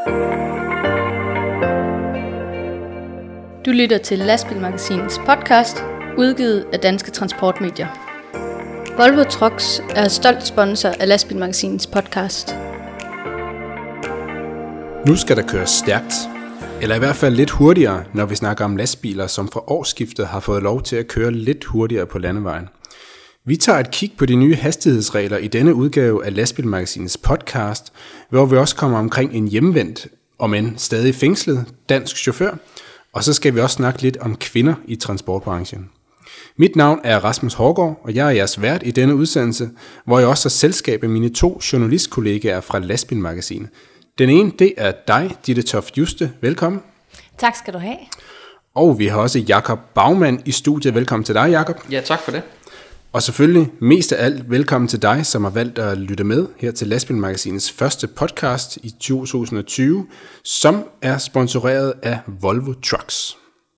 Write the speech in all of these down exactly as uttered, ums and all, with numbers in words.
Du lytter til Lastbilmagasinets podcast, udgivet af Danske Transportmedier. Volvo Trucks er stolt sponsor af Lastbilmagasinets podcast. Nu skal der køres stærkt, eller i hvert fald lidt hurtigere, når vi snakker om lastbiler, som fra årsskiftet har fået lov til at køre lidt hurtigere på landevejen. Vi tager et kig på de nye hastighedsregler i denne udgave af Lastbilmagasinets podcast, hvor vi også kommer omkring en hjemvendt, om end stadig fængslet, dansk chauffør, og så skal vi også snakke lidt om kvinder i transportbranchen. Mit navn er Rasmus Hårgaard, og jeg er jeres vært i denne udsendelse, hvor jeg også har selskab af mine to journalistkollegaer fra Lastbilmagasinet. Den ene, det er dig, Ditte Toft Juste. Velkommen. Tak skal du have. Og vi har også Jakob Baumann i studiet. Velkommen til dig, Jakob. Ja, tak for det. Og selvfølgelig, mest af alt, velkommen til dig, som har valgt at lytte med her til Lastbilmagasinets første podcast i to tusind og tyve, som er sponsoreret af Volvo Trucks.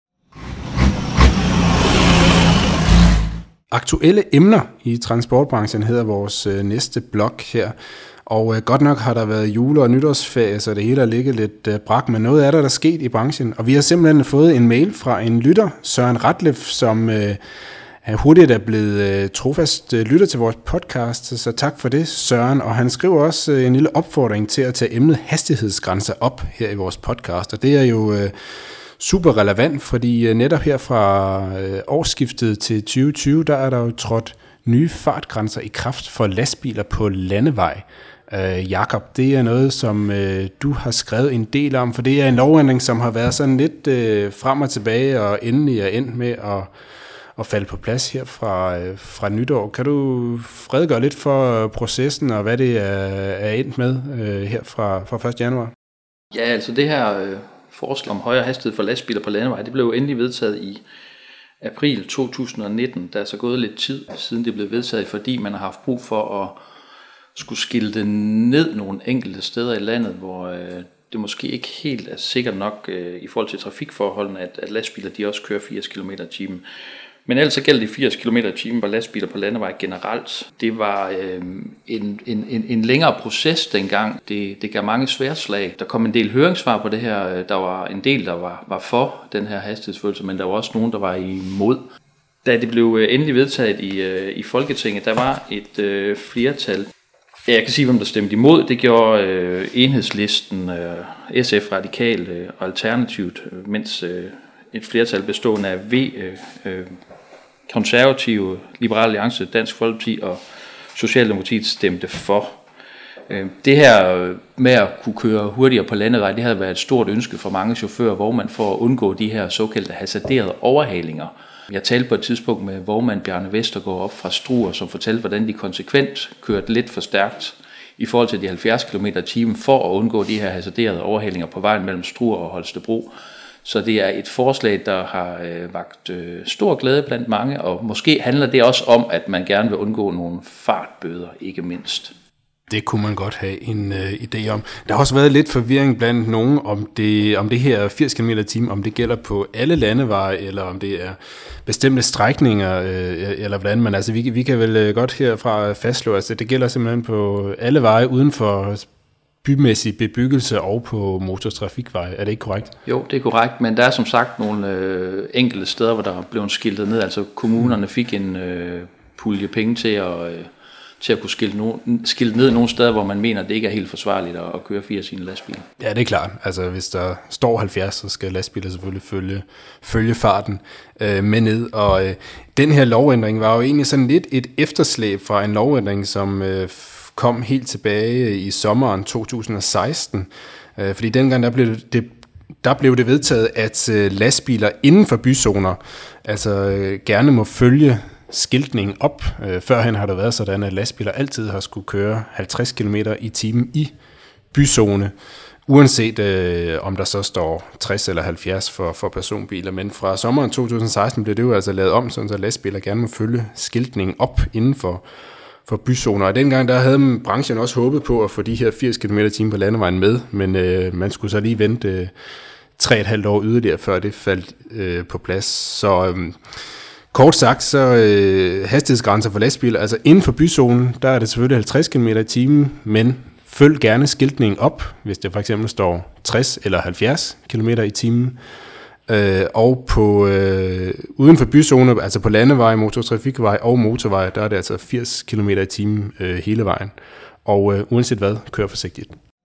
Aktuelle emner i transportbranchen hedder vores øh, næste blog her. Og øh, godt nok har der været jule- og nytårsferie, så det hele har ligget lidt øh, brak, men noget er der, der er sket i branchen. Og vi har simpelthen fået en mail fra en lytter, Søren Ratleff, som øh, er hurtigt er blevet øh, trofast øh, lytter til vores podcast. Så tak for det, Søren. Og han skriver også øh, en lille opfordring til at tage emnet hastighedsgrænser op her i vores podcast. Og det er jo øh, super relevant, fordi øh, netop her fra øh, årsskiftet til tyve tyve, der er der jo trådt nye fartgrænser i kraft for lastbiler på landevej. Øh, Jakob, det er noget, som øh, du har skrevet en del om, for det er en lovændring, som har været sådan lidt øh, frem og tilbage, og endelig er endt med at, at falde på plads her fra, øh, fra nytår. Kan du redegøre lidt for processen, og hvad det er, er endt med øh, her fra, fra første januar? Ja, altså det her øh, forslag om højere hastighed for lastbiler på landevej, det blev jo endelig vedtaget i april to tusind og nitten. Der er så gået lidt tid siden det blev vedtaget, fordi man har haft brug for at skulle skilte ned nogle enkelte steder i landet, hvor øh, det måske ikke helt er sikkert nok øh, i forhold til trafikforholdene, at, at lastbiler de også kører firs kilometer i timen. Men ellers så gælder det firs kilometer i timen på lastbiler på landevej generelt. Det var øh, en, en, en, en længere proces dengang. Det, det gav mange sværslag. Der kom en del høringssvar på det her. Der var en del, der var, var for den her hastighedsfølelse, men der var også nogen, der var imod. Da det blev endelig vedtaget i, øh, i Folketinget, der var et øh, flertal. Jeg kan sige, hvem der stemte imod. Det gjorde øh, Enhedslisten, øh, S F, Radikal øh, og Alternativet, øh, mens øh, et flertal bestående af V, øh, øh, Konservative, Liberal Alliance, Dansk Folkeparti og Socialdemokratiet stemte for. Øh, det her med at kunne køre hurtigere på landevej, det havde været et stort ønske for mange chauffører, hvor man får at undgå de her såkaldte hasarderede overhalinger. Jeg talte på et tidspunkt med vognmand Bjarne Vestergaard op fra Struer, som fortalte, hvordan de konsekvent kørte lidt for stærkt i forhold til de halvfjerds kilometer i timen for at undgå de her hasarderede overhalinger på vejen mellem Struer og Holstebro. Så det er et forslag, der har øh, vakt øh, stor glæde blandt mange, og måske handler det også om, at man gerne vil undgå nogle fartbøder, ikke mindst. Det kunne man godt have en øh, idé om. Der har også været lidt forvirring blandt nogen, om det, om det her firs kilometer i timen, om det gælder på alle landeveje, eller om det er bestemte strækninger, øh, eller hvordan man, altså vi, vi kan vel godt herfra fastslå, altså det gælder simpelthen på alle veje uden for bymæssig bebyggelse og på motortrafikveje. Er det ikke korrekt? Jo, det er korrekt, men der er som sagt nogle øh, enkelte steder, hvor der er blevet skiltet ned. Altså kommunerne fik en øh, pulje penge til at, øh, til at kunne skilte, no, skilte ned nogle steder, hvor man mener, at det ikke er helt forsvarligt at, at køre firs i en lastbil. Ja, det er klart. Altså hvis der står halvfjerds, så skal lastbiler selvfølgelig følge, følge farten øh, med ned. Og øh, den her lovændring var jo egentlig sådan lidt et efterslæb fra en lovændring, som øh, kom helt tilbage i sommeren to tusind og seksten, øh, fordi dengang der blev det, der blev det vedtaget, at øh, lastbiler inden for byzoner altså øh, gerne må følge skiltningen op. Øh, førhen har det været sådan, at lastbiler altid har skulle køre halvtreds kilometer i timen i byzone, uanset øh, om der så står tres eller halvfjerds for, for personbiler. Men fra sommeren to tusind og seksten blev det jo altså lavet om, så lastbiler gerne må følge skiltningen op inden for for byzoner. Og dengang der havde branchen også håbet på at få de her firs kilometer i timen på landevejen med, men øh, man skulle så lige vente øh, tre og et halvt år yderligere, før det faldt øh, på plads. Så øh, kort sagt, så øh, hastighedsgrænser for lastbiler, altså inden for byzonen, der er det selvfølgelig halvtreds kilometer i timen, men følg gerne skiltningen op, hvis det for eksempel står tres eller halvfjerds kilometer i timen. Øh, og på øh, uden for byzoner, altså på landeveje, motortrafikvej og motorvej, der er det altså firs kilometer i timen øh, hele vejen. Og øh, uanset hvad, kør forsigtigt.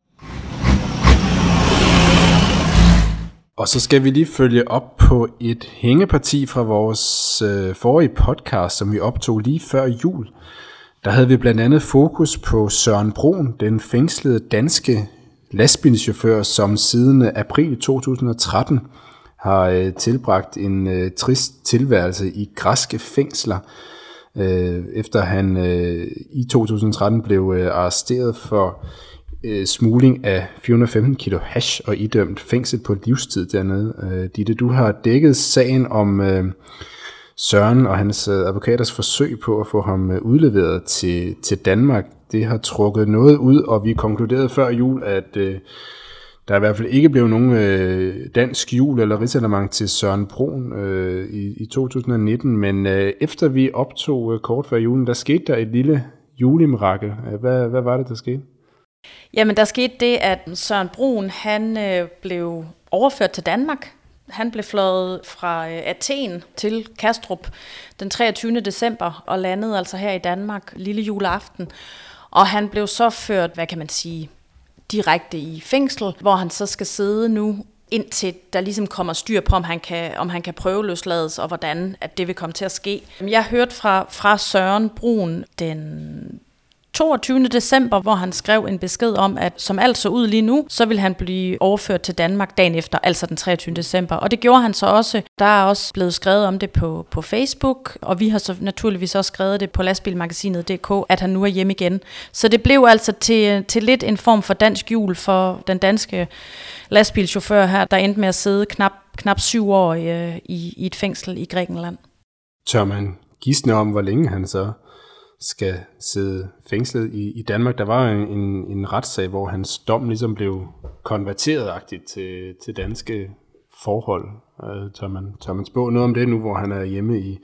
Og så skal vi lige følge op på et hængeparti fra vores øh, forrige podcast, som vi optog lige før jul. Der havde vi blandt andet fokus på Søren Brun, den fængslede danske lastbilchauffør, som siden april to tusind og tretten har øh, tilbragt en øh, trist tilværelse i græske fængsler, øh, efter han øh, i to tusind og tretten blev øh, arresteret for øh, smugling af fire hundrede og femten kilo hash og idømt fængsel på livstid dernede. Øh, Ditte, du har dækket sagen om øh, Søren og hans advokaters forsøg på at få ham øh, udleveret til, til Danmark. Det har trukket noget ud, og vi konkluderede før jul, at øh, der i hvert fald ikke blev nogen øh, dansk jul eller rigsalermang til Søren Brun øh, i, i to tusind og nitten, men øh, efter vi optog øh, kort før julen, der skete der et lille julemirakel. Hvad, hvad var det, der skete? Jamen, der skete det, at Søren Brun, han øh, blev overført til Danmark. Han blev fløjet fra øh, Athen til Kastrup den treogtyvende december og landede altså her i Danmark lille juleaften. Og han blev så ført, hvad kan man sige, direkte i fængsel, hvor han så skal sidde nu, indtil der ligesom kommer styr på, om han kan, om han kan prøveløslades, og hvordan at det vil komme til at ske. Jeg hørte fra, fra Søren Brun den toogtyvende december, hvor han skrev en besked om, at som alt så ud lige nu, så vil han blive overført til Danmark dagen efter, altså den treogtyvende december. Og det gjorde han så også. Der er også blevet skrevet om det på, på Facebook, og vi har så naturligvis også skrevet det på lastbilmagasinet punktum d k, at han nu er hjemme igen. Så det blev altså til, til lidt en form for dansk jul for den danske lastbilchauffør her, der endte med at sidde knap, knap syv år i, i, i et fængsel i Grækenland. Tør man gisne om, hvor længe han så skal sidde fængslet i, i Danmark? Der var en, en, en retssag, hvor hans dom ligesom blev konverteret-agtigt til, til danske forhold. Uh, tør, man, tør man spå noget om det nu, hvor han er hjemme i,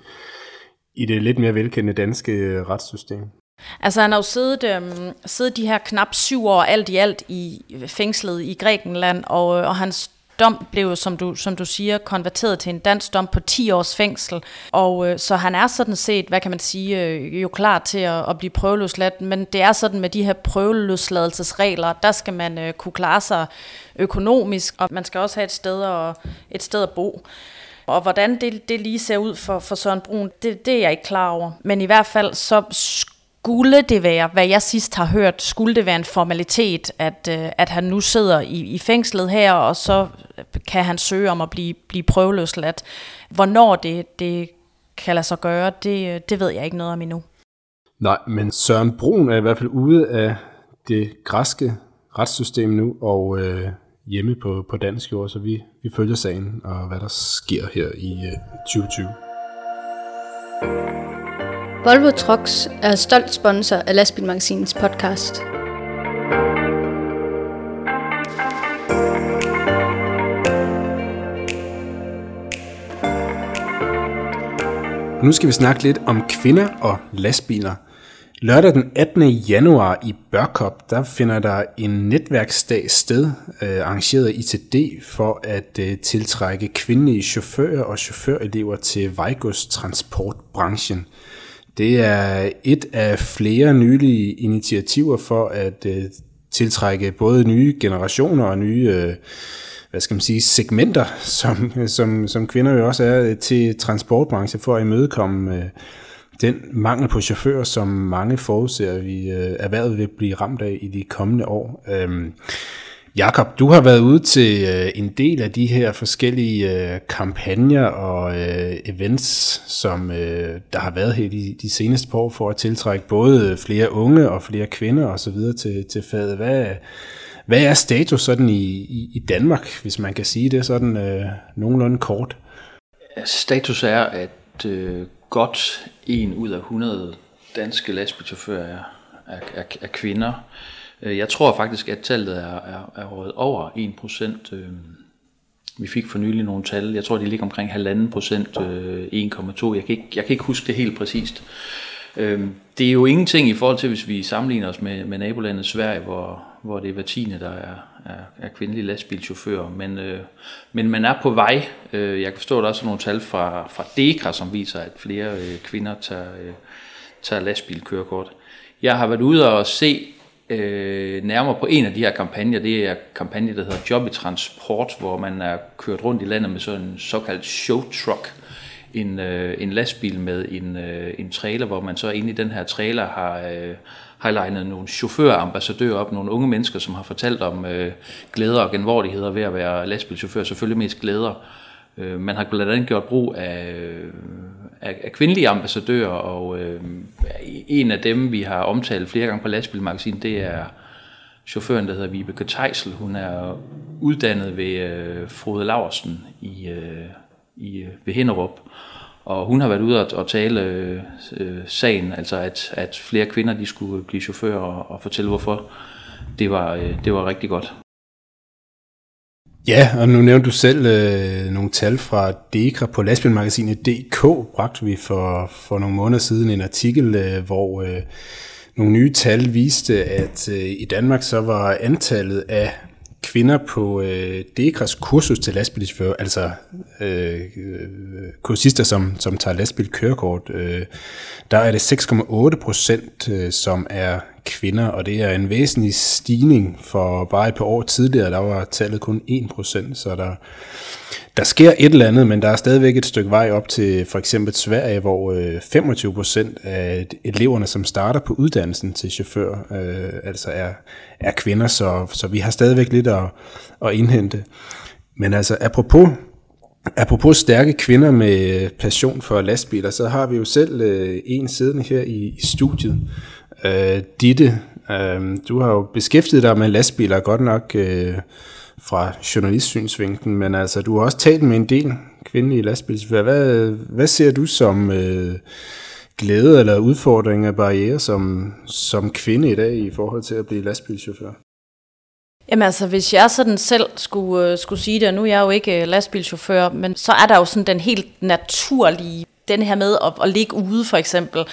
i det lidt mere velkendte danske retssystem? Altså han har jo siddet, øhm, siddet de her knap syv år alt i alt i fængslet i Grækenland, og, og hans dom blev, som du, som du siger, konverteret til en dansk dom på ti års fængsel. Og øh, så han er sådan set, hvad kan man sige, øh, jo klar til at, at blive prøveløsladt. Men det er sådan med de her prøveløsladelsesregler, der skal man øh, kunne klare sig økonomisk, og man skal også have et sted at, et sted at bo. Og hvordan det, det lige ser ud for, for Søren Brun, det, det er jeg ikke klar over. Men i hvert fald så skulle det være, hvad jeg sidst har hørt, skulle det være en formalitet, at, at han nu sidder i, i fængslet her, og så kan han søge om at blive, blive prøveløsladt. Hvornår det, det kan lade sig gøre, det, det ved jeg ikke noget om endnu. Nej, men Søren Brun er i hvert fald ude af det græske retssystem nu, og øh, hjemme på, på dansk jord, så vi, vi følger sagen og hvad der sker her i øh, tyve tyve. Volvo Trucks er stolt sponsor af Lastbilmagasinets podcast. Og nu skal vi snakke lidt om kvinder og lastbiler. Lørdag den attende januar i Børkop, der finder der en netværksdag sted, øh, arrangeret af I T D, for at øh, tiltrække kvindelige chauffører og chaufførelever til vejgodstransportbranchen. Det er et af flere nylige initiativer for at øh, tiltrække både nye generationer og nye øh, hvad skal man sige, segmenter, som, som, som kvinder jo også er til transportbranchen, for at imødekomme øh, den mangel på chauffører, som mange forudser, vi øh, erhvervet vil blive ramt af i de kommende år. Øhm, Jakob, du har været ude til øh, en del af de her forskellige øh, kampagner og øh, events, som øh, der har været her de, de seneste par år for at tiltrække både flere unge og flere kvinder og så videre til, til faget. Hvad, hvad er status sådan i, i, i Danmark, hvis man kan sige det sådan øh, nogenlunde kort? Status er, at øh, godt en ud af hundrede danske lastbilchauffører er, er, er, er kvinder. Jeg tror faktisk, at tallet er, er, er røget over en procent. Vi fik for nylig nogle tal. Jeg tror, de ligger omkring halvanden procent, en komma to. Jeg kan ikke, jeg kan ikke huske det helt præcist. Det er jo ingenting i forhold til, hvis vi sammenligner os med, med nabolandet Sverige, hvor, hvor det er hver tiende, der er, er, er kvindelige lastbilchauffører. Men, øh, men man er på vej. Jeg kan forstå, at der er også nogle tal fra, fra DEKRA, som viser, at flere øh, kvinder tager, øh, tager lastbilkørekort. Jeg har været ude og se øh, nærmere på en af de her kampagner. Det er kampagne, der hedder Job i Transport, hvor man er kørt rundt i landet med sådan en såkaldt show truck. En, øh, en lastbil med en, øh, en trailer, hvor man så inde i den her trailer har, øh, har legnet nogle chaufførambassadører op, nogle unge mennesker, som har fortalt om øh, glæder og genvordigheder ved at være lastbilchauffør, selvfølgelig mest glæder. Øh, man har blandt andet gjort brug af, af, af kvindelige ambassadører, og øh, en af dem, vi har omtalt flere gange på Lastbilmagasinet, det er chaufføren, der hedder Vibeke Teisel. Hun er uddannet ved øh, Frode Laursen i, øh, i, ved Hinderup. Og hun har været ude og, og tale øh, sagen, altså at, at flere kvinder de skulle blive chauffører og, og fortælle, hvorfor det var, øh, det var rigtig godt. Ja, og nu nævnte du selv øh, nogle tal fra DEKRA på lastbilmagasinet punktum d k. Bragte vi for, for nogle måneder siden en artikel, øh, hvor øh, nogle nye tal viste, at øh, i Danmark så var antallet af kvinder på øh, DEKRAs kursus til lastbilchauffør, altså øh, kursister, som, som tager lastbilkørekort, øh, der er det seks komma otte procent, øh, som er kvinder, og det er en væsentlig stigning for bare et par år tidligere, der var tallet kun en procent, så der, der sker et eller andet, men der er stadigvæk et stykke vej op til for eksempel Sverige, hvor øh, femogtyve procent af eleverne, som starter på uddannelsen til chauffør, øh, altså er, er kvinder, så, så vi har stadigvæk lidt at, at indhente. Men altså apropos Apropos stærke kvinder med passion for lastbiler, så har vi jo selv øh, en siddende her i, i studiet. Øh, Ditte, øh, du har jo beskæftiget dig med lastbiler godt nok øh, fra journalistsynsvinklen, men altså du har også talt med en del kvindelige lastbilchauffører. Hvad, hvad ser du som øh, glæde eller udfordringer og barrierer som, som kvinde i dag i forhold til at blive lastbilchauffør? Jamen altså, hvis jeg sådan selv skulle, uh, skulle sige det, og nu er jeg jo ikke uh, lastbilchauffør, men så er der jo sådan den helt naturlige, den her med at, at ligge ude for eksempel,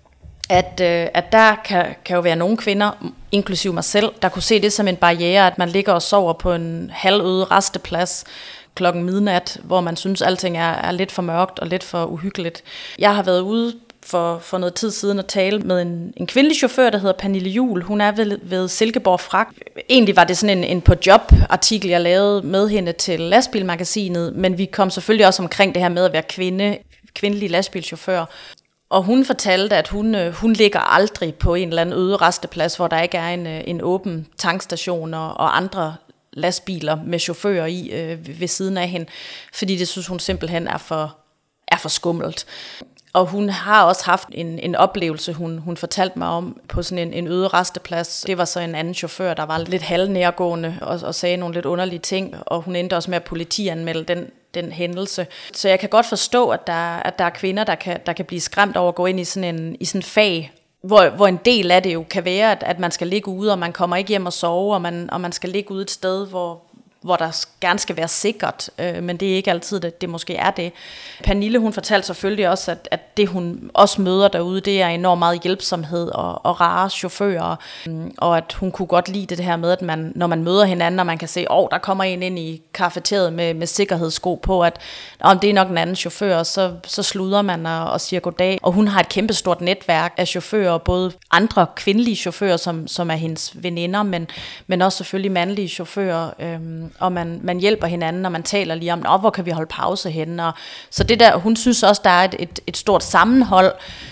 at, uh, at der kan, kan jo være nogle kvinder, inklusive mig selv, der kunne se det som en barriere, at man ligger og sover på en halvøde resteplads klokken midnat, hvor man synes, alting er, er lidt for mørkt og lidt for uhyggeligt. Jeg har været ude For, for noget tid siden at tale med en, en kvindelig chauffør, der hedder Pernille Juhl. Hun er ved, ved Silkeborg Fragt. Egentlig var det sådan en, en på job-artikel, jeg lavede med hende til Lastbilmagasinet, men vi kom selvfølgelig også omkring det her med at være kvinde, kvindelig lastbilchauffør. Og hun fortalte, at hun, hun ligger aldrig på en eller anden øde resteplads, hvor der ikke er en, en åben tankstation og, og andre lastbiler med chauffører i øh, ved siden af hende, fordi det synes hun simpelthen er for, er for skummelt. Og hun har også haft en, en oplevelse, hun, hun fortalte mig om, på sådan en, en øde resteplads. Det var så en anden chauffør, der var lidt halvnærgående og, og sagde nogle lidt underlige ting, og hun endte også med at politianmelde den, den hændelse. Så jeg kan godt forstå, at der, at der er kvinder, der kan, der kan blive skræmt over at gå ind i sådan en i sådan fag, hvor, hvor en del af det jo kan være, at, at man skal ligge ude, og man kommer ikke hjem og sove, og man, og man skal ligge ude et sted, hvor hvor der gerne skal være sikkert, øh, men det er ikke altid, at det måske er det. Pernille, hun fortalte selvfølgelig også, at, at det hun også møder derude, det er enormt meget hjælpsomhed og, og rare chauffører, og at hun kunne godt lide det her med, at man, når man møder hinanden, og man kan se, åh, oh, der kommer en ind i kafeteriet med, med sikkerhedssko på, at om det er nok en anden chauffør, så, så sluder man og, og siger goddag. Og hun har et kæmpestort netværk af chauffører, både andre kvindelige chauffører, som, som er hendes veninder, men, men også selvfølgelig mandlige chauffører, øhm, og man, man hjælper hinanden, og man taler lige om, hvor kan vi holde pause henne. Og så det der, hun synes også, der er et, et, et stort sammenhold.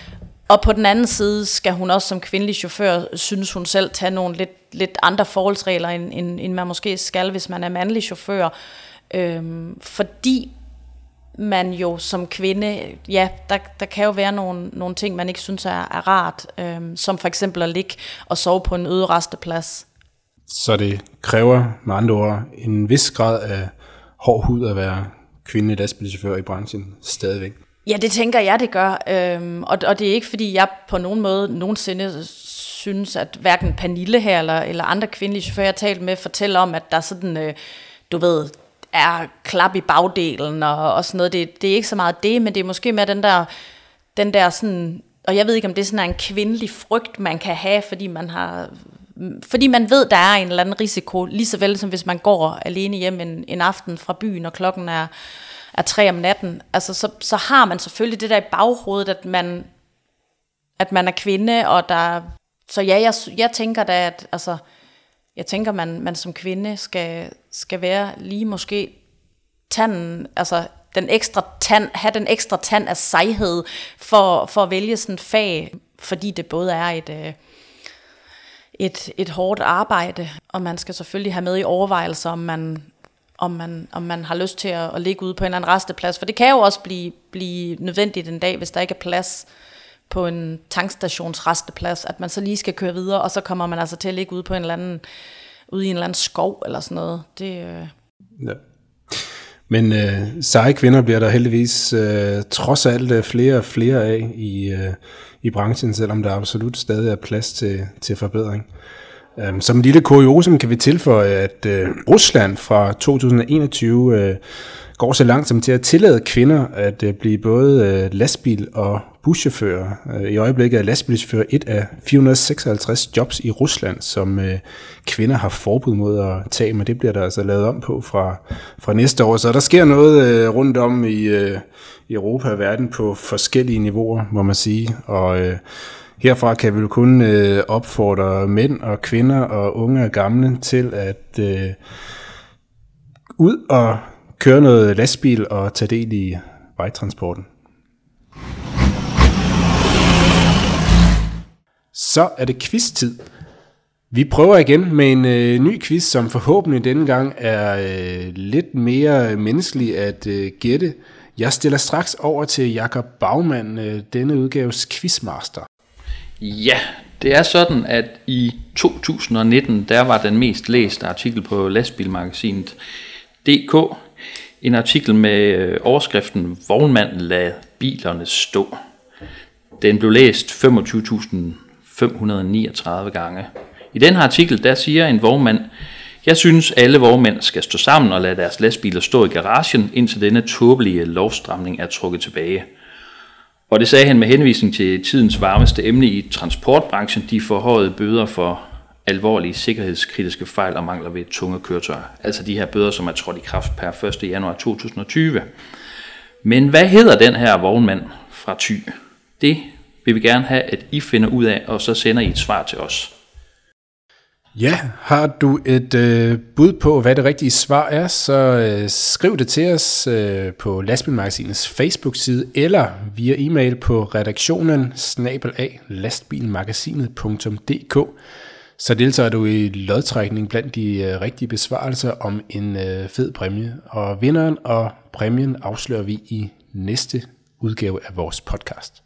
Og på den anden side skal hun også som kvindelig chauffør, synes hun selv, tage nogle lidt, lidt andre forholdsregler, end, end, end man måske skal, hvis man er mandlig chauffør. Øhm, fordi man jo som kvinde, ja, der, der kan jo være nogle, nogle ting, man ikke synes er, er rart, øhm, som for eksempel at ligge og sove på en øde resteplads. Så det kræver med andre ord en vis grad af hård hud at være kvindelig lastbilchauffør i branchen stadigvæk. Ja, det tænker jeg, det gør. Øhm, og, og det er ikke, fordi jeg på nogen måde nogensinde synes, at hverken Pernille her eller, eller andre kvindelige chauffører, jeg har talt med, fortæller om, at der sådan, øh, du ved, er klap i bagdelen og, og sådan noget. Det, det er ikke så meget det, men det er måske mere den der, den der sådan, og jeg ved ikke, om det er sådan en kvindelig frygt, man kan have, fordi man har fordi man ved, der er en eller anden risiko, lige så vel som hvis man går alene hjem en, en aften fra byen, og klokken er, er tre om natten. Altså, så, så har man selvfølgelig det der i baghovedet, at man, at man er kvinde, og der... Så ja, jeg, jeg tænker da, at... Altså, jeg tænker, man, man som kvinde skal, skal være lige måske tanden, altså den ekstra tand, have den ekstra tand af sejhed for, for at vælge sådan et fag, fordi det både er et, et, et hårdt arbejde, og man skal selvfølgelig have med i overvejelser, om man, om man, om man har lyst til at, at ligge ude på en eller anden resteplads, for det kan jo også blive, blive nødvendigt en dag, hvis der ikke er plads på en tankstations resteplads, at man så lige skal køre videre, og så kommer man altså til at ligge ude på en eller anden, ude i en eller anden skov eller sådan noget. Det, øh... ja. Men øh, seje kvinder bliver der heldigvis øh, trods alt øh, flere og flere af i, øh, i branchen, selvom der absolut stadig er plads til, til forbedring. Um, som en lille kuriosum kan vi tilføje, at øh, Rusland fra to tusind og enogtyve øh, går så langt som til at tillade kvinder at øh, blive både øh, lastbil- og buschauffører. Øh, I øjeblikket er lastbilchauffør et af fire hundrede seksoghalvtreds jobs i Rusland, som øh, kvinder har forbud mod at tage, men det bliver der altså lavet om på fra, fra næste år. Så der sker noget øh, rundt om i, øh, i Europa og verden på forskellige niveauer, må man sige. Og øh, herfra kan vi jo kun øh, opfordre mænd og kvinder og unge og gamle til at øh, ud og køre noget lastbil og tage del i vejtransporten. Så er det quiz-tid. Vi prøver igen med en øh, ny quiz, som forhåbentlig denne gang er øh, lidt mere menneskelig at øh, gætte. Jeg stiller straks over til Jakob Baumann, øh, denne udgaves quizmaster. Ja, det er sådan, at i to tusind og nitten, der var den mest læste artikel på lastbilmagasinet punktum d k en artikel med overskriften "Vognmand lad bilerne stå". Den blev læst femogtyve tusind fem hundrede niogtredive gange. I den her artikel, der siger en vognmand: "Jeg synes, alle vognmænd skal stå sammen og lade deres lastbiler stå i garagen, indtil denne tåbelige lovstramning er trukket tilbage." Og det sagde han med henvisning til tidens varmeste emne i transportbranchen, de forhøjede bøder for alvorlige sikkerhedskritiske fejl og mangler ved tunge køretøjer. Altså de her bøder, som er trådt i kraft per første januar to tusind og tyve. Men hvad hedder den her vognmand fra Thy? Det vil vi gerne have, at I finder ud af, og så sender I et svar til os. Ja, har du et øh, bud på, hvad det rigtige svar er, så øh, skriv det til os øh, på Lastbilmagasinets Facebook-side, eller via e-mail på redaktionen snabel-a lastbilmagasinet punktum d k. Så deltager du i lodtrækning blandt de øh, rigtige besvarelser om en øh, fed præmie. Og vinderen og præmien afslører vi i næste udgave af vores podcast.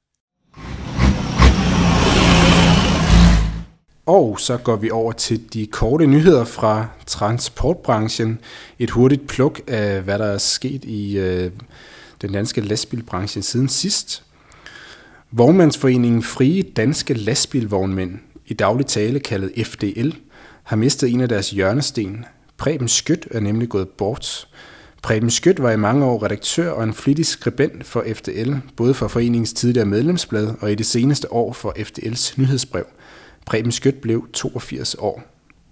Og så går vi over til de korte nyheder fra transportbranchen. Et hurtigt pluk af, hvad der er sket i øh, den danske lastbilbranche siden sidst. Vognmandsforeningen Frie Danske Lastbilvognmænd, i daglig tale kaldet F D L, har mistet en af deres hjørnesten. Preben Skødt er nemlig gået bort. Preben Skødt var i mange år redaktør og en flittig skribent for F D L, både for foreningens tidligere medlemsblad og i det seneste år for F D L's nyhedsbrev. Preben Skødt blev toogfirs år.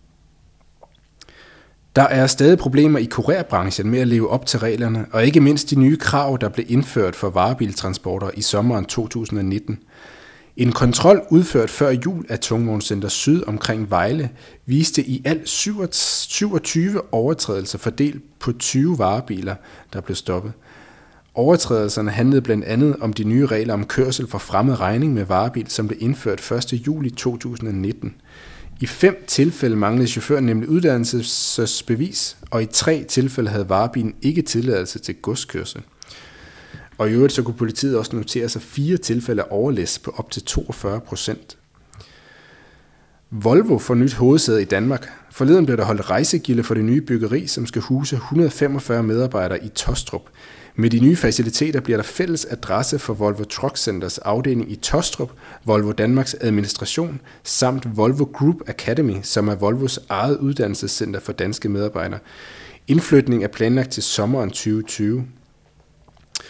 Der er stadig problemer i kurierbranchen med at leve op til reglerne, og ikke mindst de nye krav, der blev indført for varebiltransporter i sommeren to tusind og nitten. En kontrol udført før jul af Tungvognscenter Syd omkring Vejle viste i alt syvogtyve overtrædelser fordelt på tyve varebiler, der blev stoppet. Overtrædelserne handlede blandt andet om de nye regler om kørsel for fremmed regning med varebil, som blev indført første juli to tusind og nitten. I fem tilfælde manglede chaufføren nemlig uddannelsesbevis, og i tre tilfælde havde varebilen ikke tilladelse til godskørsel. Og i øvrigt så kunne politiet også notere sig fire tilfælde af overlæs på op til toogfyrre procent. Volvo får nyt hovedsæde i Danmark. Forleden blev der holdt rejsegilde for det nye byggeri, som skal huse et hundrede og femogfyrre medarbejdere i Tostrup. Med de nye faciliteter bliver der fælles adresse for Volvo Truck Centers afdeling i Tostrup, Volvo Danmarks administration samt Volvo Group Academy, som er Volvos eget uddannelsescenter for danske medarbejdere. Indflytning er planlagt til sommeren tyve tyve.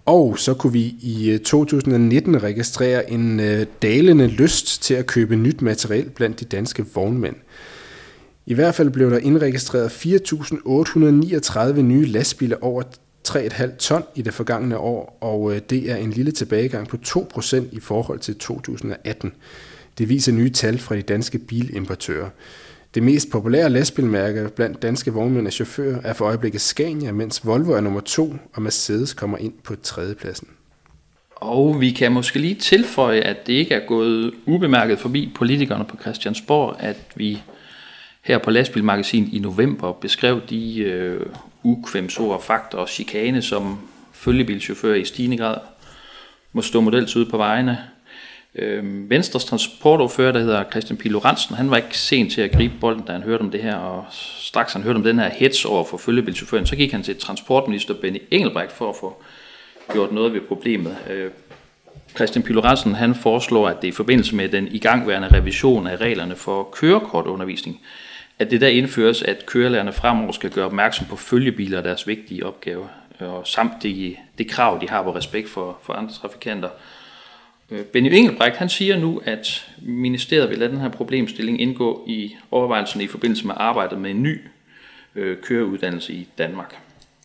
Og så kunne vi i to tusind nitten registrere en øh, dalende lyst til at købe nyt materiel blandt de danske vognmænd. I hvert fald blev der indregistreret fire tusind otte hundrede niogtredive nye lastbiler over tre komma fem ton i det forgangne år, og øh, det er en lille tilbagegang på to procent i forhold til to tusind atten. Det viser nye tal fra de danske bilimportører. Det mest populære lastbilmærke blandt danske vognmænd og chauffører er for øjeblikket Scania, mens Volvo er nummer to, og Mercedes kommer ind på tredjepladsen. Og vi kan måske lige tilføje, at det ikke er gået ubemærket forbi politikerne på Christiansborg, at vi her på Lastbilmagasinet i november beskrev de øh, ukvemsord, fakta og chikane, som følgebilchauffører i stigende grad må stå model til ude på vejene. Øh, Venstres transportordfører, der hedder Kristian Pihl Lorentzen, han var ikke sen til at gribe bolden, da han hørte om det her, og straks han hørte om den her hets over for følgebilchaufføren, så gik han til transportminister Benny Engelbrecht for at få gjort noget ved problemet. Øh, Kristian Pihl Lorentzen, han foreslår, at det i forbindelse med den igangværende revision af reglerne for kørekortundervisning, at det der indføres, at kørelærerne fremover skal gøre opmærksom på følgebiler og deres vigtige opgaver, og samt det, det krav, de har på respekt for, for andre trafikanter. Benny Engelbrecht, han siger nu, at ministeriet vil lade den her problemstilling indgå i overvejelserne i forbindelse med arbejdet med en ny øh, køreuddannelse i Danmark.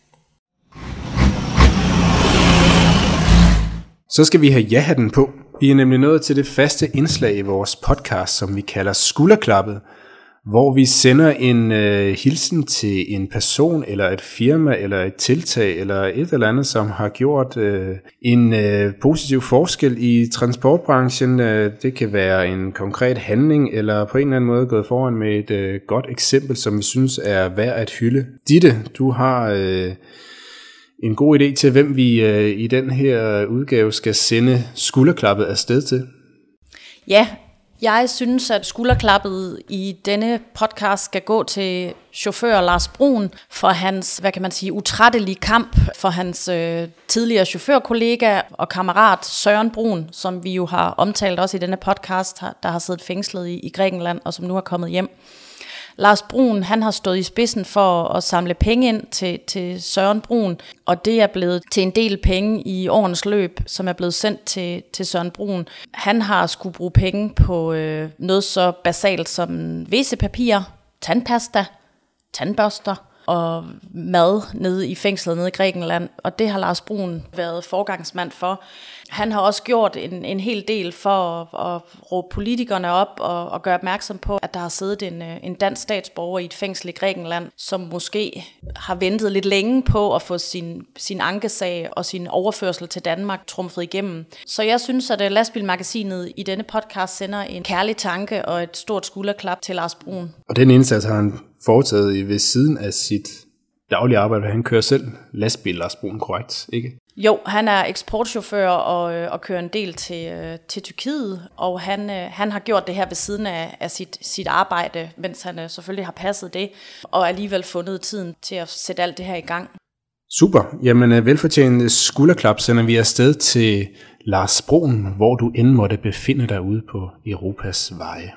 Så skal vi have ja-hatten på. Vi er nemlig nået til det faste indslag i vores podcast, som vi kalder Skulderklappet, hvor vi sender en øh, hilsen til en person, eller et firma, eller et tiltag, eller et eller andet, som har gjort øh, en øh, positiv forskel i transportbranchen. Øh, det kan være en konkret handling, eller på en eller anden måde gået foran med et øh, godt eksempel, som vi synes er værd at hylde. Ditte, du har øh, en god idé til, hvem vi øh, i den her udgave skal sende skulderklappet afsted til. Ja, jeg synes, at skulderklappet i denne podcast skal gå til chauffør Lars Bruun for hans, hvad kan man sige, utrættelige kamp for hans øh, tidligere chaufførkollega og kammerat Søren Bruun, som vi jo har omtalt også i denne podcast, der har siddet fængslet i, i Grækenland og som nu er kommet hjem. Lars Bruun, han har stået i spidsen for at samle penge ind til, til Søren Bruun, og det er blevet til en del penge i årens løb, som er blevet sendt til, til Søren Bruun. Han har skulle bruge penge på øh, noget så basalt som W C-papir, tandpasta, tandbørster og mad nede i fængslet nede i Grækenland, og det har Lars Bruun været forgangsmand for. Han har også gjort en, en hel del for at, at råbe politikerne op og, og gøre opmærksom på, at der har siddet en, en dansk statsborger i et fængsel i Grækenland, som måske har ventet lidt længe på at få sin, sin ankesag og sin overførsel til Danmark trumfet igennem. Så jeg synes, at Lastbilmagasinet i denne podcast sender en kærlig tanke og et stort skulderklap til Lars Bruun. Og den indsats har han foretaget ved siden af sit daglige arbejde, han kører selv lastbil, Lars Bruun, korrekt, ikke? Jo, han er eksportchauffør og, og kører en del til, til Tyrkiet, og han, han har gjort det her ved siden af, af sit, sit arbejde, mens han selvfølgelig har passet det, og alligevel fundet tiden til at sætte alt det her i gang. Super. Jamen, velfortjent skulderklap sender vi afsted til Lars Bruun, hvor du end måtte befinde dig ude på Europas veje.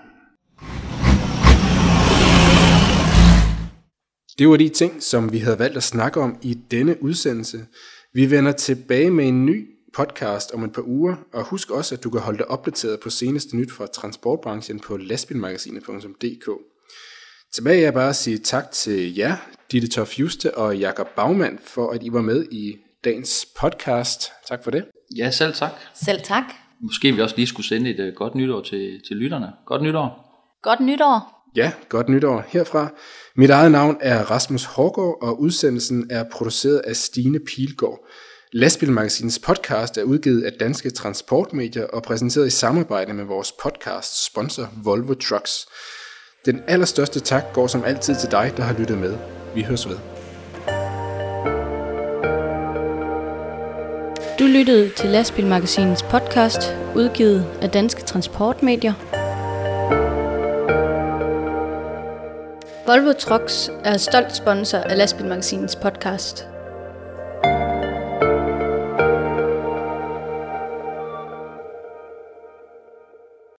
Det var de ting, som vi havde valgt at snakke om i denne udsendelse. Vi vender tilbage med en ny podcast om et par uger, og husk også, at du kan holde dig opdateret på seneste nyt fra transportbranchen på lastbilmagasinet punktum d k. Tilbage er bare at sige tak til jer, Ditte Toft Juste og Jakob Baumann, for at I var med i dagens podcast. Tak for det. Ja, selv tak. Selv tak. Måske vi også lige skulle sende et uh, godt nytår til, til lytterne. Godt nytår. Godt nytår. Ja, godt nytår herfra. Mit eget navn er Rasmus Hårgaard, og udsendelsen er produceret af Stine Pilgaard. Lastbilmagasinets podcast er udgivet af Danske Transportmedier og præsenteret i samarbejde med vores podcast sponsor Volvo Trucks. Den allerstørste tak går som altid til dig, der har lyttet med. Vi høres ved. Du lyttede til Lastbilmagasinets podcast, udgivet af Danske Transportmedier. Volvo Trucks er stolt sponsor af Lastbilmagasinets podcast.